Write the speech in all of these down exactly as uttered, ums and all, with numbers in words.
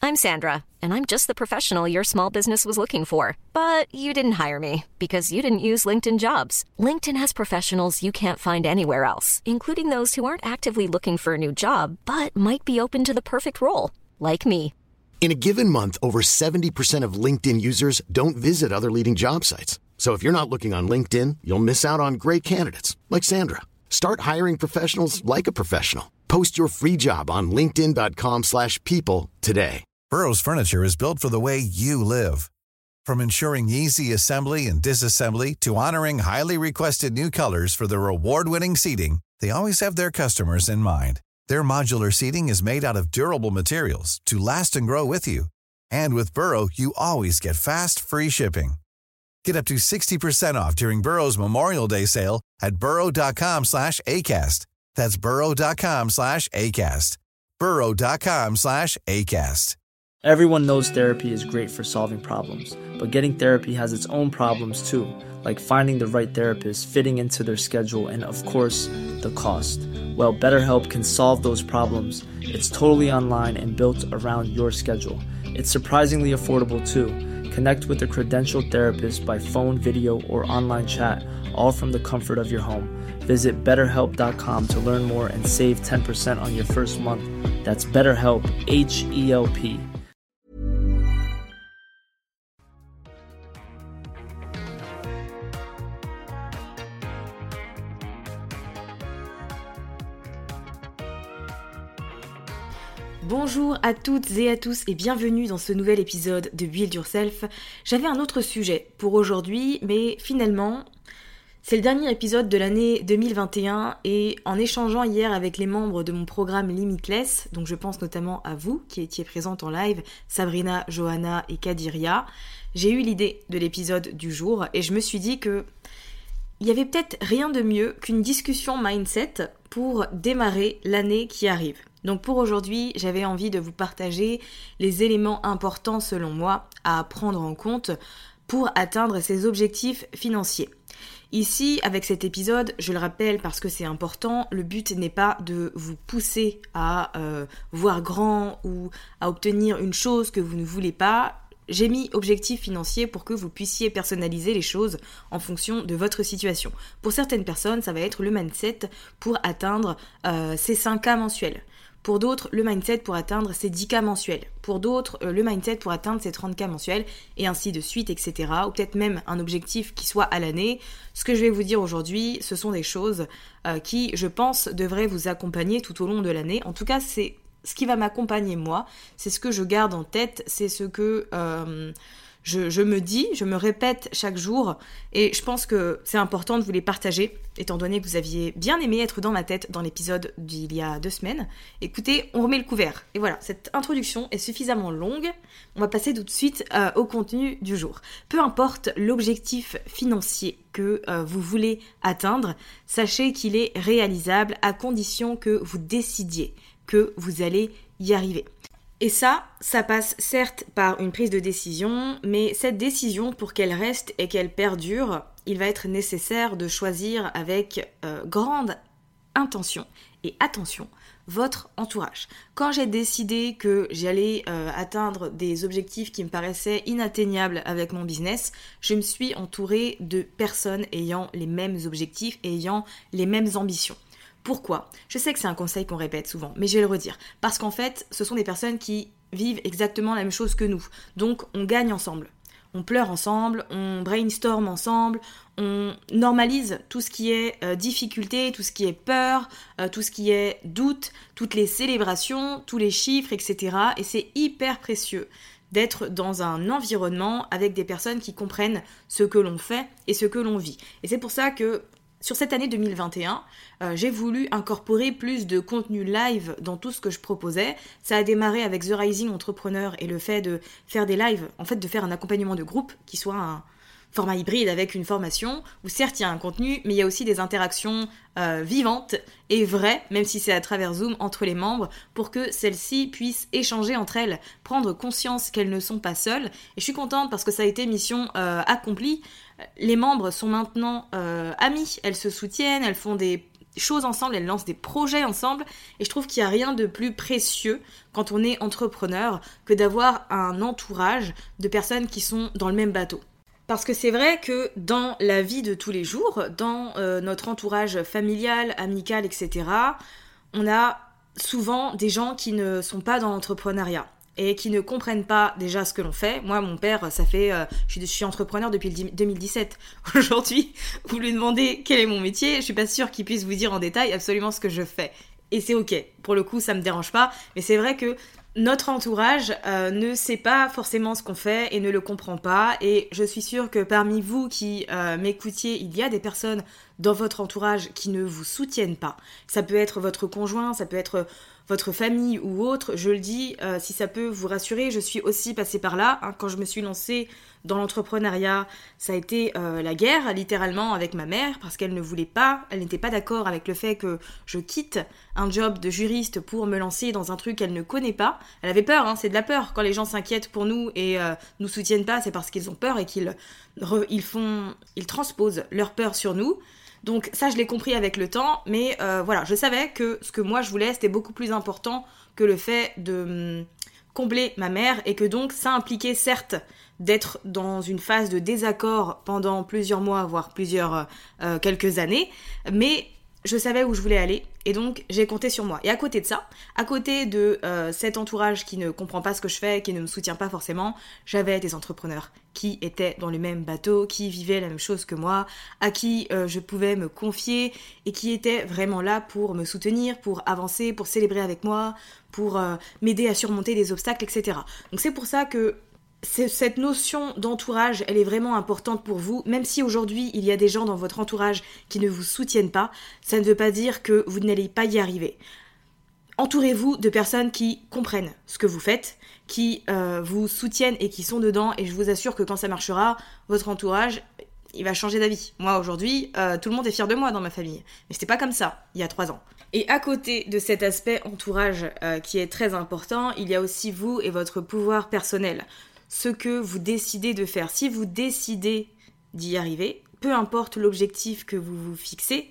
I'm Sandra, and I'm just the professional your small business was looking for. But you didn't hire me because you didn't use LinkedIn Jobs. LinkedIn has professionals you can't find anywhere else, including those who aren't actively looking for a new job, but might be open to the perfect role, like me. In a given month, over seventy percent of LinkedIn users don't visit other leading job sites. So if you're not looking on LinkedIn, you'll miss out on great candidates like Sandra. Start hiring professionals like a professional. Post your free job on linkedin dot com slash people today. Burrow's furniture is built for the way you live. From ensuring easy assembly and disassembly to honoring highly requested new colors for their award-winning seating, they always have their customers in mind. Their modular seating is made out of durable materials to last and grow with you. And with Burrow, you always get fast, free shipping. Get up to sixty percent off during Burrow's Memorial Day sale at burrow.com slash ACAST. That's burrow.com slash ACAST. burrow.com slash ACAST. Everyone knows therapy is great for solving problems, but getting therapy has its own problems too, like finding the right therapist, fitting into their schedule, and of course, the cost. Well, BetterHelp can solve those problems. It's totally online and built around your schedule. It's surprisingly affordable too. Connect with a credentialed therapist by phone, video, or online chat, all from the comfort of your home. Visit better help dot com to learn more and save ten percent on your first month. That's BetterHelp, H E L P. Bonjour à toutes et à tous et bienvenue dans ce nouvel épisode de Build Yourself. J'avais un autre sujet pour aujourd'hui, mais finalement, c'est le dernier épisode de l'année deux mille vingt et un et en échangeant hier avec les membres de mon programme Limitless, donc je pense notamment à vous qui étiez présentes en live, Sabrina, Johanna et Kadiria, j'ai eu l'idée de l'épisode du jour et je me suis dit que il y avait peut-être rien de mieux qu'une discussion mindset pour démarrer l'année qui arrive. Donc pour aujourd'hui, j'avais envie de vous partager les éléments importants selon moi à prendre en compte pour atteindre ces objectifs financiers. Ici, avec cet épisode, je le rappelle parce que c'est important, le but n'est pas de vous pousser à euh, voir grand ou à obtenir une chose que vous ne voulez pas. J'ai mis objectif financier pour que vous puissiez personnaliser les choses en fonction de votre situation. Pour certaines personnes, ça va être le mindset pour atteindre euh, ces cinq K mensuels. Pour d'autres, le mindset pour atteindre ses dix K mensuels. Pour d'autres, euh, le mindset pour atteindre ses trente K mensuels, et ainsi de suite, et cetera. Ou peut-être même un objectif qui soit à l'année. Ce que je vais vous dire aujourd'hui, ce sont des choses euh, qui, je pense, devraient vous accompagner tout au long de l'année. En tout cas, c'est ce qui va m'accompagner moi. C'est ce que je garde en tête, c'est ce que... Euh, Je, je me dis, je me répète chaque jour et je pense que c'est important de vous les partager étant donné que vous aviez bien aimé être dans ma tête dans l'épisode d'il y a deux semaines. Écoutez, on remet le couvert. Et voilà, cette introduction est suffisamment longue. On va passer tout de suite euh, au contenu du jour. Peu importe l'objectif financier que euh, vous voulez atteindre, sachez qu'il est réalisable à condition que vous décidiez que vous allez y arriver. Et ça, ça passe certes par une prise de décision, mais cette décision, pour qu'elle reste et qu'elle perdure, il va être nécessaire de choisir avec euh, grande intention et attention votre entourage. Quand j'ai décidé que j'allais euh, atteindre des objectifs qui me paraissaient inatteignables avec mon business, je me suis entourée de personnes ayant les mêmes objectifs et ayant les mêmes ambitions. Pourquoi ? Je sais que c'est un conseil qu'on répète souvent, mais je vais le redire. Parce qu'en fait, ce sont des personnes qui vivent exactement la même chose que nous. Donc, on gagne ensemble. On pleure ensemble, on brainstorm ensemble, on normalise tout ce qui est euh, difficulté, tout ce qui est peur, euh, tout ce qui est doute, toutes les célébrations, tous les chiffres, et cetera. Et c'est hyper précieux d'être dans un environnement avec des personnes qui comprennent ce que l'on fait et ce que l'on vit. Et c'est pour ça que sur cette année deux mille vingt et un, euh, j'ai voulu incorporer plus de contenu live dans tout ce que je proposais. Ça a démarré avec The Rising Entrepreneur et le fait de faire des lives, en fait de faire un accompagnement de groupe qui soit un format hybride avec une formation où certes il y a un contenu, mais il y a aussi des interactions euh, vivantes et vraies, même si c'est à travers Zoom, entre les membres, pour que celles-ci puissent échanger entre elles, prendre conscience qu'elles ne sont pas seules. Et je suis contente parce que ça a été mission euh, accomplie. Les membres sont maintenant euh, amis, elles se soutiennent, elles font des choses ensemble, elles lancent des projets ensemble, et je trouve qu'il n'y a rien de plus précieux quand on est entrepreneur que d'avoir un entourage de personnes qui sont dans le même bateau. Parce que c'est vrai que dans la vie de tous les jours, dans euh, notre entourage familial, amical, et cetera, on a souvent des gens qui ne sont pas dans l'entrepreneuriat et qui ne comprennent pas déjà ce que l'on fait. Moi, mon père, ça fait... Euh, je, suis, je suis entrepreneur depuis le deux mille dix-sept. Aujourd'hui, vous lui demandez quel est mon métier, je suis pas sûre qu'il puisse vous dire en détail absolument ce que je fais. Et c'est ok. Pour le coup, ça me dérange pas. Mais c'est vrai que notre entourage euh, ne sait pas forcément ce qu'on fait et ne le comprend pas. Et je suis sûre que parmi vous qui euh, m'écoutiez, il y a des personnes dans votre entourage qui ne vous soutiennent pas. Ça peut être votre conjoint, ça peut être votre famille ou autre. Je le dis, euh, si ça peut vous rassurer, je suis aussi passée par là. Hein, quand je me suis lancée dans l'entrepreneuriat, ça a été euh, la guerre, littéralement, avec ma mère, parce qu'elle ne voulait pas, elle n'était pas d'accord avec le fait que je quitte un job de juriste pour me lancer dans un truc qu'elle ne connaît pas. Elle avait peur, hein, c'est de la peur. Quand les gens s'inquiètent pour nous et euh, nous soutiennent pas, c'est parce qu'ils ont peur et qu'ils re, ils font, ils transposent leur peur sur nous. Donc ça, je l'ai compris avec le temps, mais euh, voilà, je savais que ce que moi je voulais, c'était beaucoup plus important que le fait de hum, combler ma mère, et que donc ça impliquait certes d'être dans une phase de désaccord pendant plusieurs mois, voire plusieurs euh, quelques années, mais je savais où je voulais aller, et donc j'ai compté sur moi. Et à côté de ça, à côté de euh, cet entourage qui ne comprend pas ce que je fais, qui ne me soutient pas forcément, j'avais des entrepreneurs qui étaient dans le même bateau, qui vivaient la même chose que moi, à qui euh, je pouvais me confier, et qui étaient vraiment là pour me soutenir, pour avancer, pour célébrer avec moi, pour euh, m'aider à surmonter des obstacles, et cetera. Donc c'est pour ça que c'est, cette notion d'entourage, elle est vraiment importante pour vous. Même si aujourd'hui, il y a des gens dans votre entourage qui ne vous soutiennent pas, ça ne veut pas dire que vous n'allez pas y arriver. Entourez-vous de personnes qui comprennent ce que vous faites, qui euh, vous soutiennent et qui sont dedans, et je vous assure que quand ça marchera, votre entourage, il va changer d'avis. Moi, aujourd'hui, euh, tout le monde est fier de moi dans ma famille. Mais c'était pas comme ça, il y a trois ans. Et à côté de cet aspect entourage euh, qui est très important, il y a aussi vous et votre pouvoir personnel. Ce que vous décidez de faire. Si vous décidez d'y arriver, peu importe l'objectif que vous vous fixez,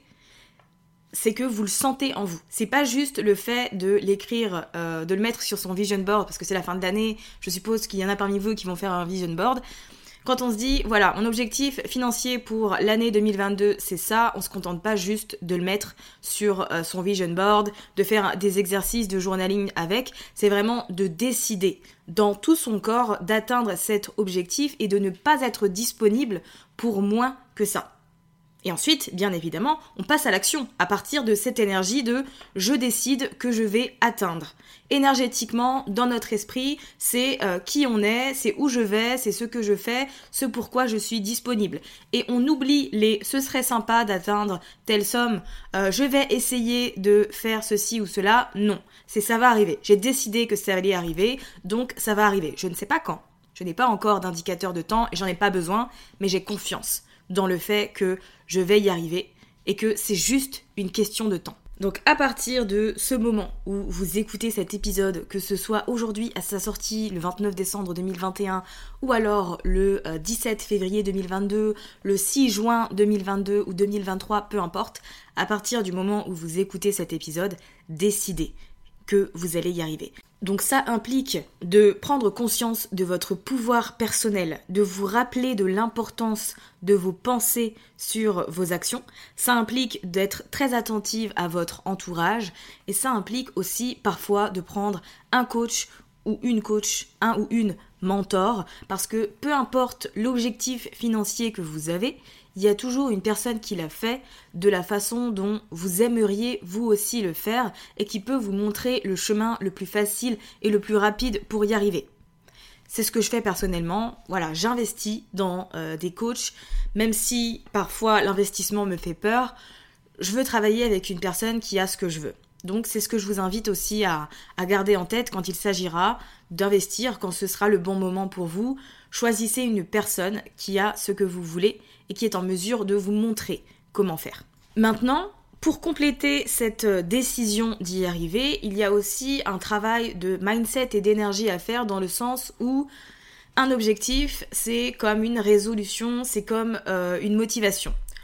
c'est que vous le sentez en vous. C'est pas juste le fait de l'écrire, euh, de le mettre sur son vision board, parce que c'est la fin de l'année, je suppose qu'il y en a parmi vous qui vont faire un vision board. Quand on se dit, voilà, mon objectif financier pour l'année deux mille vingt-deux, c'est ça, on se contente pas juste de le mettre sur euh, son vision board, de faire des exercices de journaling avec, c'est vraiment de décider dans tout son corps d'atteindre cet objectif et de ne pas être disponible pour moins que ça. Et ensuite, bien évidemment, on passe à l'action à partir de cette énergie de « je décide que je vais atteindre ». Énergétiquement, dans notre esprit, c'est euh, qui on est, c'est où je vais, c'est ce que je fais, ce pourquoi je suis disponible. Et on oublie les « ce serait sympa d'atteindre telle somme, euh, je vais essayer de faire ceci ou cela ». Non, c'est ça va arriver. J'ai décidé que ça allait arriver, donc ça va arriver. Je ne sais pas quand. Je n'ai pas encore d'indicateur de temps et j'en ai pas besoin, mais j'ai confiance dans le fait que je vais y arriver et que c'est juste une question de temps. Donc à partir de ce moment où vous écoutez cet épisode, que ce soit aujourd'hui à sa sortie le vingt-neuf décembre deux mille vingt et un ou alors le dix-sept février deux mille vingt-deux, le six juin deux mille vingt-deux ou deux mille vingt-trois, peu importe, à partir du moment où vous écoutez cet épisode, décidez que vous allez y arriver. Donc ça implique de prendre conscience de votre pouvoir personnel, de vous rappeler de l'importance de vos pensées sur vos actions. Ça implique d'être très attentive à votre entourage et ça implique aussi parfois de prendre un coach ou une coach, un ou une mentor, parce que peu importe l'objectif financier que vous avez, il y a toujours une personne qui l'a fait de la façon dont vous aimeriez vous aussi le faire et qui peut vous montrer le chemin le plus facile et le plus rapide pour y arriver. C'est ce que je fais personnellement. Voilà, j'investis dans euh, des coachs, même si parfois l'investissement me fait peur. Je veux travailler avec une personne qui a ce que je veux. Donc c'est ce que je vous invite aussi à, à garder en tête quand il s'agira d'investir, quand ce sera le bon moment pour vous. Choisissez une personne qui a ce que vous voulez et qui est en mesure de vous montrer comment faire. Maintenant, pour compléter cette décision d'y arriver, il y a aussi un travail de mindset et d'énergie à faire dans le sens où un objectif, c'est comme une résolution, c'est comme euh, une motivation.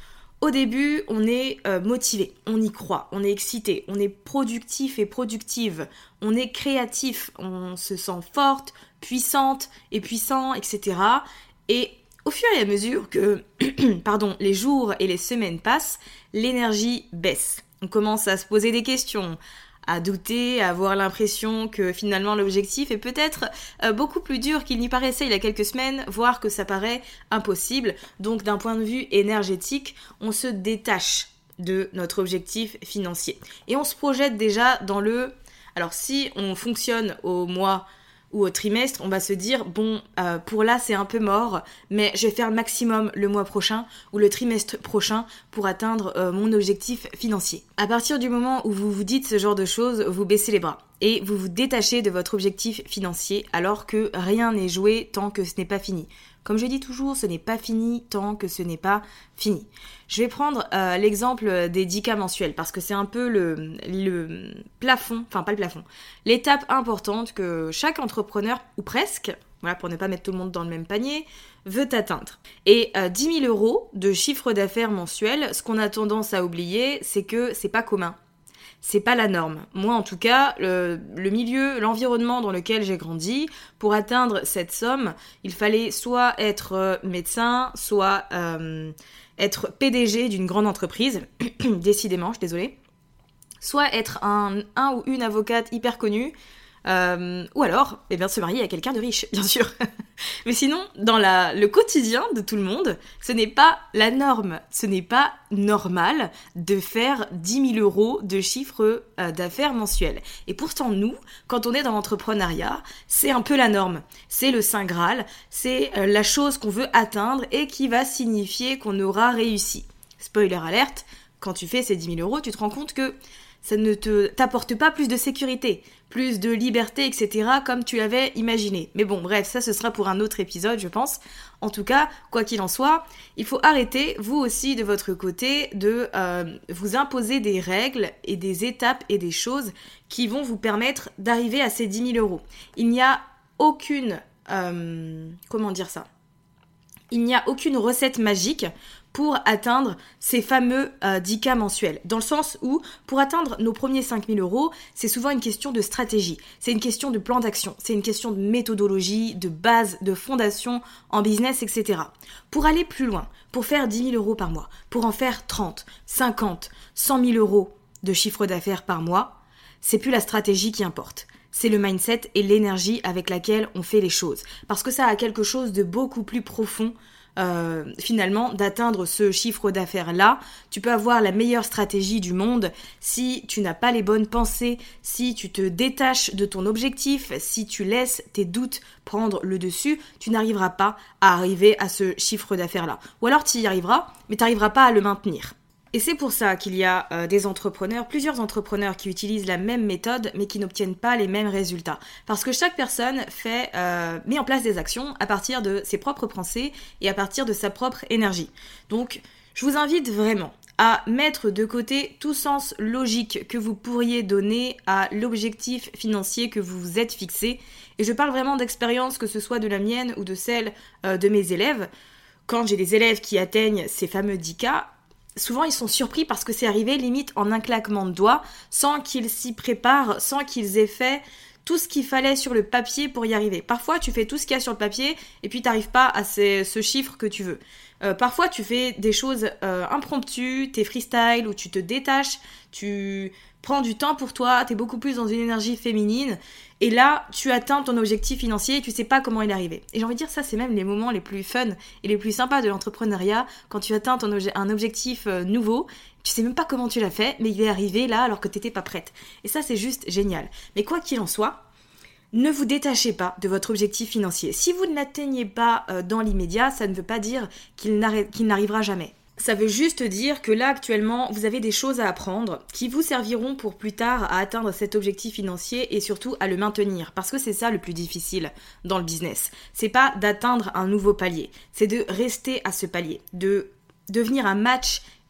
Au début, on est euh, motivé, on y croit, on est excité, on est productif et productive, on est créatif, on se sent forte, puissante et puissant, et cetera. Et au fur et à mesure que pardon, les jours et les semaines passent, l'énergie baisse. On commence à se poser des questions, à douter, à avoir l'impression que finalement l'objectif est peut-être euh, beaucoup plus dur qu'il n'y paraissait il y a quelques semaines, voire que ça paraît impossible. Donc d'un point de vue énergétique, on se détache de notre objectif financier. Et on se projette déjà dans le... Alors si on fonctionne au mois ou au trimestre, on va se dire, bon, euh, pour là c'est un peu mort, mais je vais faire le maximum le mois prochain ou le trimestre prochain pour atteindre euh, mon objectif financier. À partir du moment où vous vous dites ce genre de choses, vous baissez les bras et vous vous détachez de votre objectif financier alors que rien n'est joué tant que ce n'est pas fini. Comme je dis toujours, ce n'est pas fini tant que ce n'est pas fini. Je vais prendre euh, l'exemple des dix K mensuels parce que c'est un peu le, le plafond, enfin pas le plafond, l'étape importante que chaque entrepreneur, ou presque, voilà, pour ne pas mettre tout le monde dans le même panier, veut atteindre. Et euh, dix mille euros de chiffre d'affaires mensuel, ce qu'on a tendance à oublier, c'est que c'est pas commun. C'est pas la norme. Moi, en tout cas, le, le milieu, l'environnement dans lequel j'ai grandi, pour atteindre cette somme, il fallait soit être euh, médecin, soit euh, être P D G d'une grande entreprise, décidément, je suis désolée, soit être un, un ou une avocate hyper connue, Euh, ou alors, eh bien, se marier à quelqu'un de riche, bien sûr. Mais sinon, dans la, le quotidien de tout le monde, ce n'est pas la norme. Ce n'est pas normal de faire dix mille euros de chiffre euh, d'affaires mensuel. Et pourtant, nous, quand on est dans l'entrepreneuriat, c'est un peu la norme. C'est le Saint Graal, c'est euh, la chose qu'on veut atteindre et qui va signifier qu'on aura réussi. Spoiler alerte, quand tu fais ces dix mille euros, tu te rends compte que ça ne te, t'apporte pas plus de sécurité, plus de liberté, et cetera comme tu l'avais imaginé. Mais bon, bref, ça ce sera pour un autre épisode, je pense. En tout cas, quoi qu'il en soit, il faut arrêter, vous aussi, de votre côté, de euh, vous imposer des règles et des étapes et des choses qui vont vous permettre d'arriver à ces dix mille euros. Il n'y a aucune... Euh, comment dire ça ? Il n'y a aucune recette magique pour atteindre ces fameux euh, dix K mensuels. Dans le sens où, pour atteindre nos premiers cinq mille euros, c'est souvent une question de stratégie, c'est une question de plan d'action, c'est une question de méthodologie, de base, de fondation en business, et cetera. Pour aller plus loin, pour faire dix mille euros par mois, pour en faire trente, cinquante, cent mille euros de chiffre d'affaires par mois, c'est plus la stratégie qui importe. C'est le mindset et l'énergie avec laquelle on fait les choses. Parce que ça a quelque chose de beaucoup plus profond, euh, finalement, d'atteindre ce chiffre d'affaires-là. Tu peux avoir la meilleure stratégie du monde. Si tu n'as pas les bonnes pensées, si tu te détaches de ton objectif, si tu laisses tes doutes prendre le dessus, tu n'arriveras pas à arriver à ce chiffre d'affaires-là. Ou alors tu y arriveras, mais tu n'arriveras pas à le maintenir. Et c'est pour ça qu'il y a euh, des entrepreneurs, plusieurs entrepreneurs qui utilisent la même méthode mais qui n'obtiennent pas les mêmes résultats. Parce que chaque personne fait, euh, met en place des actions à partir de ses propres pensées et à partir de sa propre énergie. Donc, je vous invite vraiment à mettre de côté tout sens logique que vous pourriez donner à l'objectif financier que vous vous êtes fixé. Et je parle vraiment d'expérience, que ce soit de la mienne ou de celle euh, de mes élèves. Quand j'ai des élèves qui atteignent ces fameux dix K, souvent ils sont surpris parce que c'est arrivé limite en un claquement de doigts, sans qu'ils s'y préparent, sans qu'ils aient fait tout ce qu'il fallait sur le papier pour y arriver. Parfois tu fais tout ce qu'il y a sur le papier et puis t'arrives pas à ces, ce chiffre que tu veux. Euh, parfois tu fais des choses euh, impromptues, t'es freestyle ou tu te détaches, tu prends du temps pour toi, t'es beaucoup plus dans une énergie féminine et là tu atteins ton objectif financier et tu sais pas comment il est arrivé. Et j'ai envie de dire, ça c'est même les moments les plus fun et les plus sympas de l'entrepreneuriat, quand tu atteins ton obje- un objectif euh, nouveau, tu sais même pas comment tu l'as fait, mais il est arrivé là alors que t'étais pas prête. Et ça c'est juste génial. Mais quoi qu'il en soit, ne vous détachez pas de votre objectif financier. Si vous ne l'atteignez pas euh, dans l'immédiat, ça ne veut pas dire qu'il, n'arri- qu'il n'arrivera jamais. Ça veut juste dire que là actuellement vous avez des choses à apprendre qui vous serviront pour plus tard à atteindre cet objectif financier et surtout à le maintenir, parce que c'est ça le plus difficile dans le business. C'est pas d'atteindre un nouveau palier, c'est de rester à ce palier, de devenir un match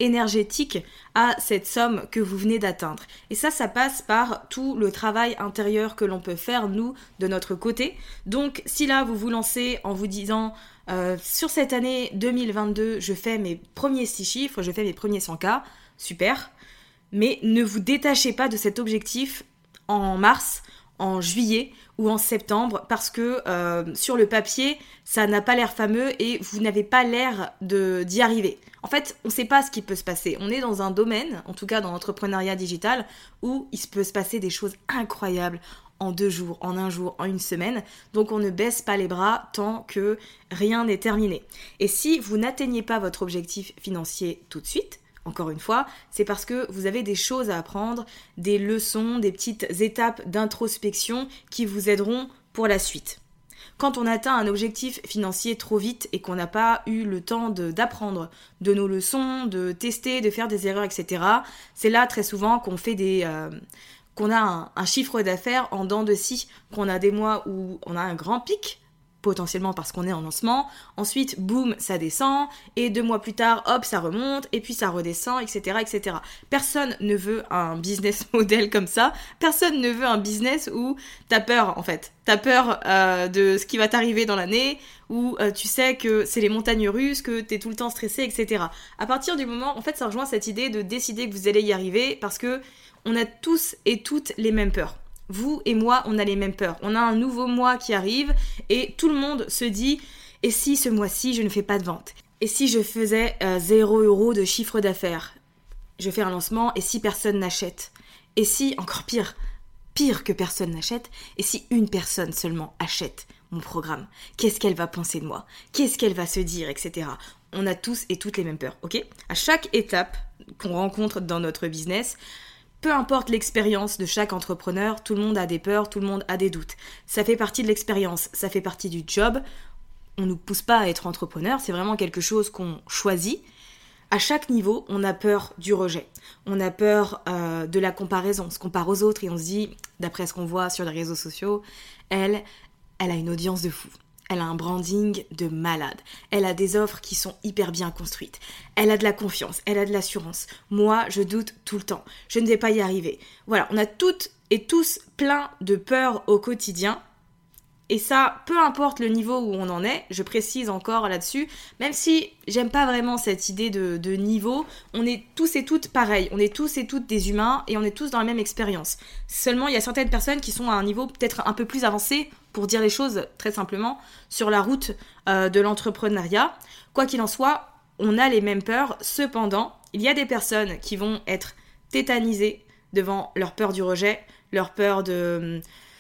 énergétique à cette somme que vous venez d'atteindre. Et ça, ça passe par tout le travail intérieur que l'on peut faire, nous, de notre côté. Donc, si là, vous vous lancez en vous disant... Euh, sur cette année deux mille vingt-deux, je fais mes premiers six chiffres, je fais mes premiers cent K, super. Mais ne vous détachez pas de cet objectif en mars, en juillet ou en septembre, parce que euh, sur le papier, ça n'a pas l'air fameux et vous n'avez pas l'air de, d'y arriver. En fait, on ne sait pas ce qui peut se passer. On est dans un domaine, en tout cas dans l'entrepreneuriat digital, où il peut se passer des choses incroyables en deux jours, en un jour, en une semaine. Donc on ne baisse pas les bras tant que rien n'est terminé. Et si vous n'atteignez pas votre objectif financier tout de suite, encore une fois, c'est parce que vous avez des choses à apprendre, des leçons, des petites étapes d'introspection qui vous aideront pour la suite. Quand on atteint un objectif financier trop vite et qu'on n'a pas eu le temps de, d'apprendre de nos leçons, de tester, de faire des erreurs, et cetera, c'est là très souvent qu'on fait des... Euh, qu'on a un, un chiffre d'affaires en dents de scie, qu'on a des mois où on a un grand pic, potentiellement parce qu'on est en lancement, ensuite, boum, ça descend, et deux mois plus tard, hop, ça remonte, et puis ça redescend, et cetera, et cetera. Personne ne veut un business model comme ça, personne ne veut un business où t'as peur, en fait. T'as peur euh, de ce qui va t'arriver dans l'année, où euh, tu sais que c'est les montagnes russes, que t'es tout le temps stressé, et cetera. À partir du moment, en fait, ça rejoint cette idée de décider que vous allez y arriver, parce que on a tous et toutes les mêmes peurs. Vous et moi, on a les mêmes peurs. On a un nouveau mois qui arrive et tout le monde se dit « Et si ce mois-ci, je ne fais pas de vente ? Et si je faisais euh, zéro euro de chiffre d'affaires ? Je fais un lancement et si personne n'achète ? Et si, encore pire, pire que personne n'achète, et si une personne seulement achète mon programme ? Qu'est-ce qu'elle va penser de moi ? Qu'est-ce qu'elle va se dire, et cetera » On a tous et toutes les mêmes peurs, ok ? À chaque étape qu'on rencontre dans notre business, peu importe l'expérience de chaque entrepreneur, tout le monde a des peurs, tout le monde a des doutes. Ça fait partie de l'expérience, ça fait partie du job. On ne nous pousse pas à être entrepreneur, c'est vraiment quelque chose qu'on choisit. À chaque niveau, on a peur du rejet. On a peur euh, de la comparaison. On se compare aux autres et on se dit, d'après ce qu'on voit sur les réseaux sociaux, elle, elle a une audience de fou. Elle a un branding de malade. Elle a des offres qui sont hyper bien construites. Elle a de la confiance, elle a de l'assurance. Moi, je doute tout le temps. Je ne vais pas y arriver. Voilà, on a toutes et tous plein de peurs au quotidien. Et ça, peu importe le niveau où on en est, je précise encore là-dessus, même si j'aime pas vraiment cette idée de, de niveau, on est tous et toutes pareils, on est tous et toutes des humains et on est tous dans la même expérience. Seulement, il y a certaines personnes qui sont à un niveau peut-être un peu plus avancé, pour dire les choses très simplement, sur la route euh, de l'entrepreneuriat. Quoi qu'il en soit, on a les mêmes peurs, cependant, il y a des personnes qui vont être tétanisées devant leur peur du rejet, leur peur de...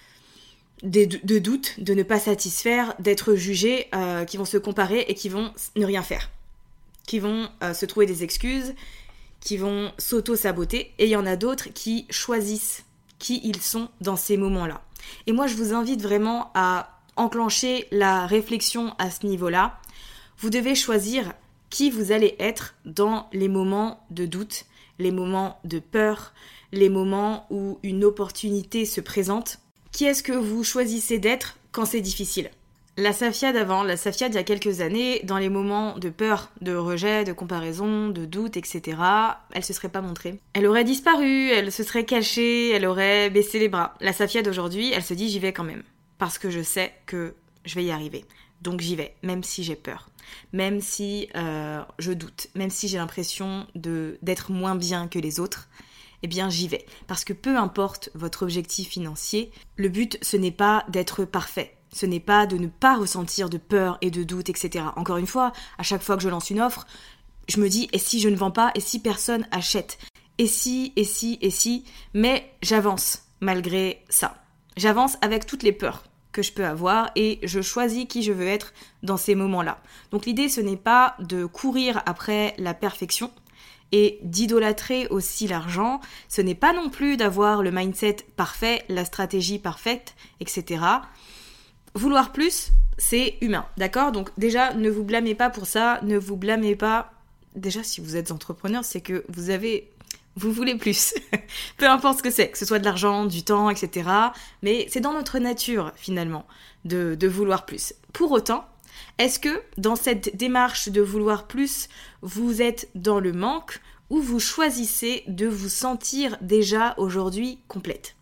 De, de doute, de ne pas satisfaire, d'être jugés, euh, qui vont se comparer et qui vont ne rien faire. Qui vont euh, se trouver des excuses, qui vont s'auto-saboter. Et il y en a d'autres qui choisissent qui ils sont dans ces moments-là. Et moi, je vous invite vraiment à enclencher la réflexion à ce niveau-là. Vous devez choisir qui vous allez être dans les moments de doute, les moments de peur, les moments où une opportunité se présente. Qui est-ce que vous choisissez d'être quand c'est difficile ? La Safia d'avant, la Safia d'il y a quelques années, dans les moments de peur, de rejet, de comparaison, de doute, et cetera, elle se serait pas montrée. Elle aurait disparu, elle se serait cachée, elle aurait baissé les bras. La Safia d'aujourd'hui, elle se dit j'y vais quand même. Parce que je sais que je vais y arriver. Donc j'y vais, même si j'ai peur. Même si euh, je doute. Même si j'ai l'impression de, d'être moins bien que les autres. Eh bien j'y vais. Parce que peu importe votre objectif financier, le but ce n'est pas d'être parfait. Ce n'est pas de ne pas ressentir de peur et de doute, et cetera. Encore une fois, à chaque fois que je lance une offre, je me dis, et si je ne vends pas, et si personne achète ? Et si, et si, et si, mais j'avance malgré ça. J'avance avec toutes les peurs que je peux avoir et je choisis qui je veux être dans ces moments-là. Donc l'idée ce n'est pas de courir après la perfection, et d'idolâtrer aussi l'argent, ce n'est pas non plus d'avoir le mindset parfait, la stratégie parfaite, et cetera. Vouloir plus, c'est humain, d'accord ? Donc déjà, ne vous blâmez pas pour ça, ne vous blâmez pas... Déjà, si vous êtes entrepreneur, c'est que vous avez... Vous voulez plus. Peu importe ce que c'est, que ce soit de l'argent, du temps, et cetera. Mais c'est dans notre nature, finalement, de, de vouloir plus. Pour autant, est-ce que dans cette démarche de vouloir plus, vous êtes dans le manque où vous choisissez de vous sentir déjà aujourd'hui complète.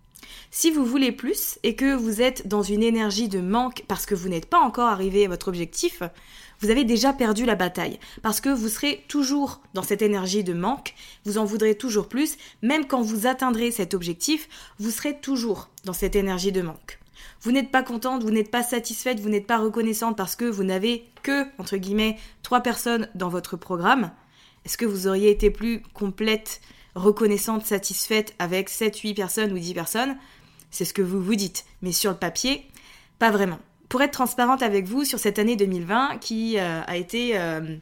Si vous voulez plus et que vous êtes dans une énergie de manque parce que vous n'êtes pas encore arrivé à votre objectif, vous avez déjà perdu la bataille parce que vous serez toujours dans cette énergie de manque, vous en voudrez toujours plus, même quand vous atteindrez cet objectif, vous serez toujours dans cette énergie de manque. Vous n'êtes pas contente, vous n'êtes pas satisfaite, vous n'êtes pas reconnaissante parce que vous n'avez que, entre guillemets, trois personnes dans votre programme. Est-ce que vous auriez été plus complète, reconnaissante, satisfaite avec sept, huit personnes ou dix personnes ? C'est ce que vous vous dites, mais sur le papier, pas vraiment. Pour être transparente avec vous sur cette année deux mille vingt qui euh, a été euh,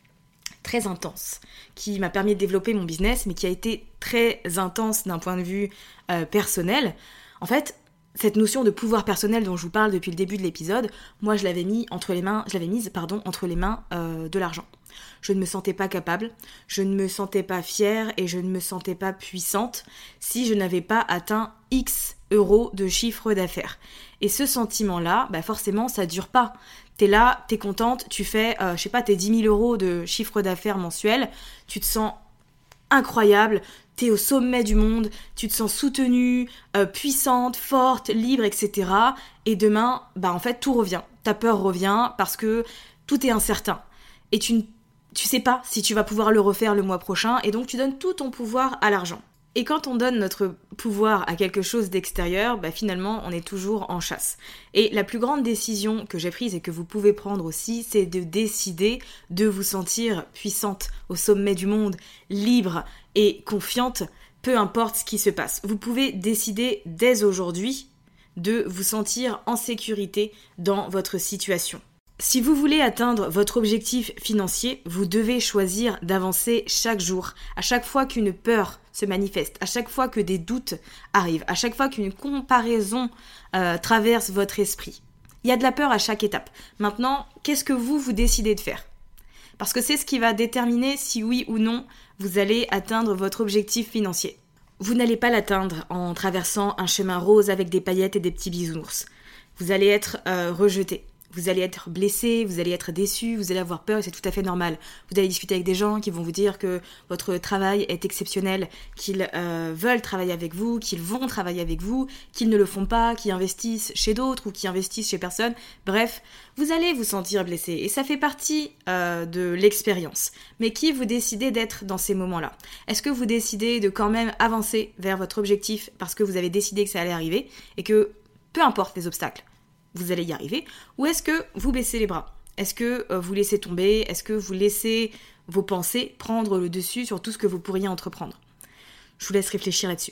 très intense, qui m'a permis de développer mon business, mais qui a été très intense d'un point de vue euh, personnel. En fait, cette notion de pouvoir personnel dont je vous parle depuis le début de l'épisode, moi je l'avais mis entre les mains, je l'avais mise pardon, entre les mains euh, de l'argent. Je ne me sentais pas capable, je ne me sentais pas fière et je ne me sentais pas puissante si je n'avais pas atteint X euros de chiffre d'affaires. Et ce sentiment-là, bah forcément, ça dure pas. T'es là, t'es contente, tu fais, euh, je sais pas, tes dix mille euros de chiffre d'affaires mensuel, tu te sens incroyable, t'es au sommet du monde, tu te sens soutenue, euh, puissante, forte, libre, et cetera. Et demain, bah en fait, tout revient. Ta peur revient parce que tout est incertain. Et tu ne tu sais pas si tu vas pouvoir le refaire le mois prochain, et donc tu donnes tout ton pouvoir à l'argent. Et quand on donne notre pouvoir à quelque chose d'extérieur, bah finalement on est toujours en chasse. Et la plus grande décision que j'ai prise et que vous pouvez prendre aussi, c'est de décider de vous sentir puissante, au sommet du monde, libre et confiante, peu importe ce qui se passe. Vous pouvez décider dès aujourd'hui de vous sentir en sécurité dans votre situation. Si vous voulez atteindre votre objectif financier, vous devez choisir d'avancer chaque jour. À chaque fois qu'une peur se manifeste, à chaque fois que des doutes arrivent, à chaque fois qu'une comparaison euh, traverse votre esprit. Il y a de la peur à chaque étape. Maintenant, qu'est-ce que vous, vous décidez de faire ? Parce que c'est ce qui va déterminer si oui ou non vous allez atteindre votre objectif financier. Vous n'allez pas l'atteindre en traversant un chemin rose avec des paillettes et des petits bisounours. Vous allez être euh, rejeté. Vous allez être blessé, vous allez être déçu, vous allez avoir peur et c'est tout à fait normal. Vous allez discuter avec des gens qui vont vous dire que votre travail est exceptionnel, qu'ils euh, veulent travailler avec vous, qu'ils vont travailler avec vous, qu'ils ne le font pas, qu'ils investissent chez d'autres ou qu'ils investissent chez personne. Bref, vous allez vous sentir blessé et ça fait partie euh, de l'expérience. Mais qui vous décidez d'être dans ces moments-là ? Est-ce que vous décidez de quand même avancer vers votre objectif parce que vous avez décidé que ça allait arriver et que peu importe les obstacles, vous allez y arriver, ou est-ce que vous baissez les bras ? Est-ce que euh, vous laissez tomber ? Est-ce que vous laissez vos pensées prendre le dessus sur tout ce que vous pourriez entreprendre ? Je vous laisse réfléchir là-dessus.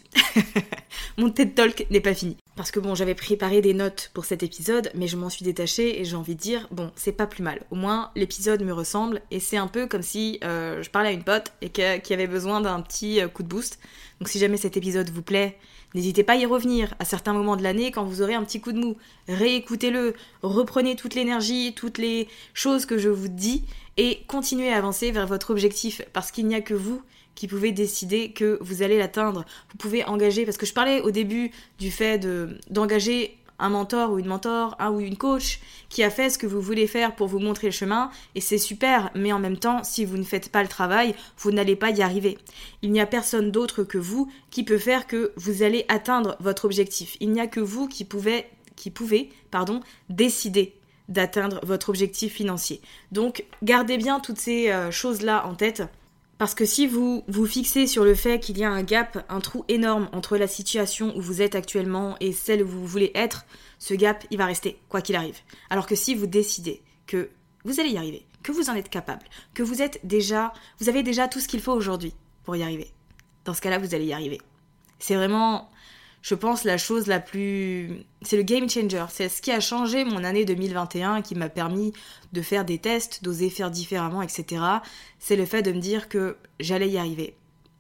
Mon TED Talk n'est pas fini. Parce que bon, j'avais préparé des notes pour cet épisode, mais je m'en suis détachée et j'ai envie de dire, bon, c'est pas plus mal. Au moins, l'épisode me ressemble et c'est un peu comme si euh, je parlais à une pote et que, qui avait besoin d'un petit euh, coup de boost. Donc si jamais cet épisode vous plaît, n'hésitez pas à y revenir à certains moments de l'année quand vous aurez un petit coup de mou. Réécoutez-le, reprenez toute l'énergie, toutes les choses que je vous dis et continuez à avancer vers votre objectif parce qu'il n'y a que vous qui pouvez décider que vous allez l'atteindre. Vous pouvez engager, parce que je parlais au début du fait de, d'engager un mentor ou une mentor, un ou une coach qui a fait ce que vous voulez faire pour vous montrer le chemin, et c'est super, mais en même temps, si vous ne faites pas le travail, vous n'allez pas y arriver. Il n'y a personne d'autre que vous qui peut faire que vous allez atteindre votre objectif. Il n'y a que vous qui pouvez, qui pouvez, pardon, décider d'atteindre votre objectif financier. Donc, gardez bien toutes ces euh, choses-là en tête. Parce que si vous vous fixez sur le fait qu'il y a un gap, un trou énorme entre la situation où vous êtes actuellement et celle où vous voulez être, ce gap, il va rester, quoi qu'il arrive. Alors que si vous décidez que vous allez y arriver, que vous en êtes capable, que vous êtes déjà, vous avez déjà tout ce qu'il faut aujourd'hui pour y arriver, dans ce cas-là, vous allez y arriver. C'est vraiment, je pense, la chose la plus... C'est le game changer. C'est ce qui a changé mon année deux mille vingt et un, qui m'a permis de faire des tests, d'oser faire différemment, et cetera. C'est le fait de me dire que j'allais y arriver,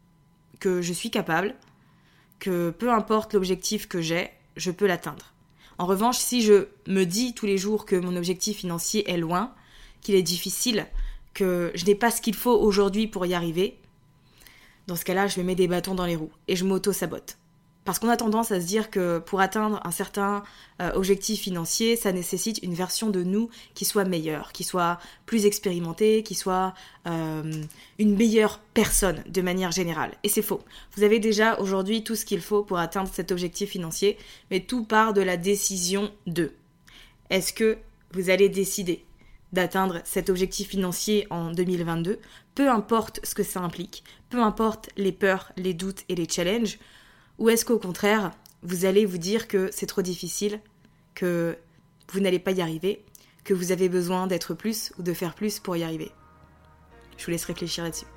que je suis capable, que peu importe l'objectif que j'ai, je peux l'atteindre. En revanche, si je me dis tous les jours que mon objectif financier est loin, qu'il est difficile, que je n'ai pas ce qu'il faut aujourd'hui pour y arriver, dans ce cas-là, je me mets des bâtons dans les roues et je m'auto-sabote. Parce qu'on a tendance à se dire que pour atteindre un certain euh, objectif financier, ça nécessite une version de nous qui soit meilleure, qui soit plus expérimentée, qui soit euh, une meilleure personne de manière générale. Et c'est faux. Vous avez déjà aujourd'hui tout ce qu'il faut pour atteindre cet objectif financier, mais tout part de la décision de. Est-ce que vous allez décider d'atteindre cet objectif financier en deux mille vingt-deux, peu importe ce que ça implique, peu importe les peurs, les doutes et les challenges, ou est-ce qu'au contraire, vous allez vous dire que c'est trop difficile, que vous n'allez pas y arriver, que vous avez besoin d'être plus ou de faire plus pour y arriver? Je vous laisse réfléchir là-dessus.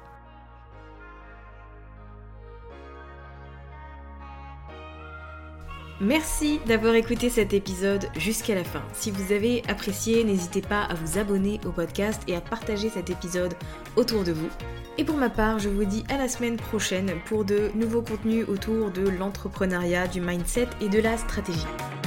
Merci d'avoir écouté cet épisode jusqu'à la fin. Si vous avez apprécié, n'hésitez pas à vous abonner au podcast et à partager cet épisode autour de vous. Et pour ma part, je vous dis à la semaine prochaine pour de nouveaux contenus autour de l'entrepreneuriat, du mindset et de la stratégie.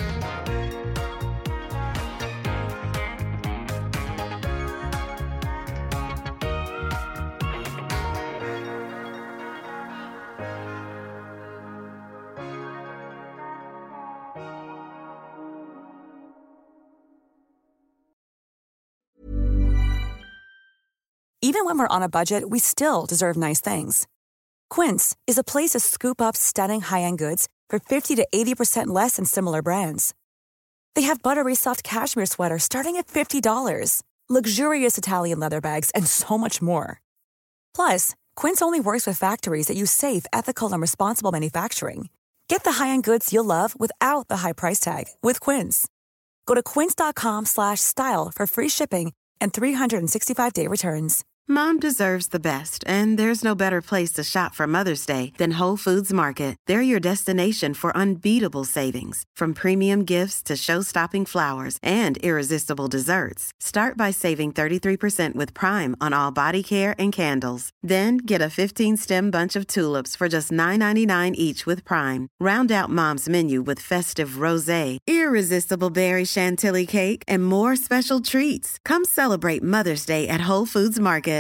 Even when we're on a budget, we still deserve nice things. Quince is a place to scoop up stunning high-end goods for fifty to eighty percent less than similar brands. They have buttery soft cashmere sweaters starting at fifty dollars, luxurious Italian leather bags, and so much more. Plus, Quince only works with factories that use safe, ethical, and responsible manufacturing. Get the high-end goods you'll love without the high price tag with Quince. Go to quince.com slash style for free shipping and three sixty-five day returns. Mom deserves the best, and there's no better place to shop for Mother's Day than Whole Foods Market. They're your destination for unbeatable savings, from premium gifts to show-stopping flowers and irresistible desserts. Start by saving thirty-three percent with Prime on all body care and candles. Then get a fifteen-stem bunch of tulips for just nine ninety-nine each with Prime. Round out Mom's menu with festive rosé, irresistible berry chantilly cake, and more special treats. Come celebrate Mother's Day at Whole Foods Market.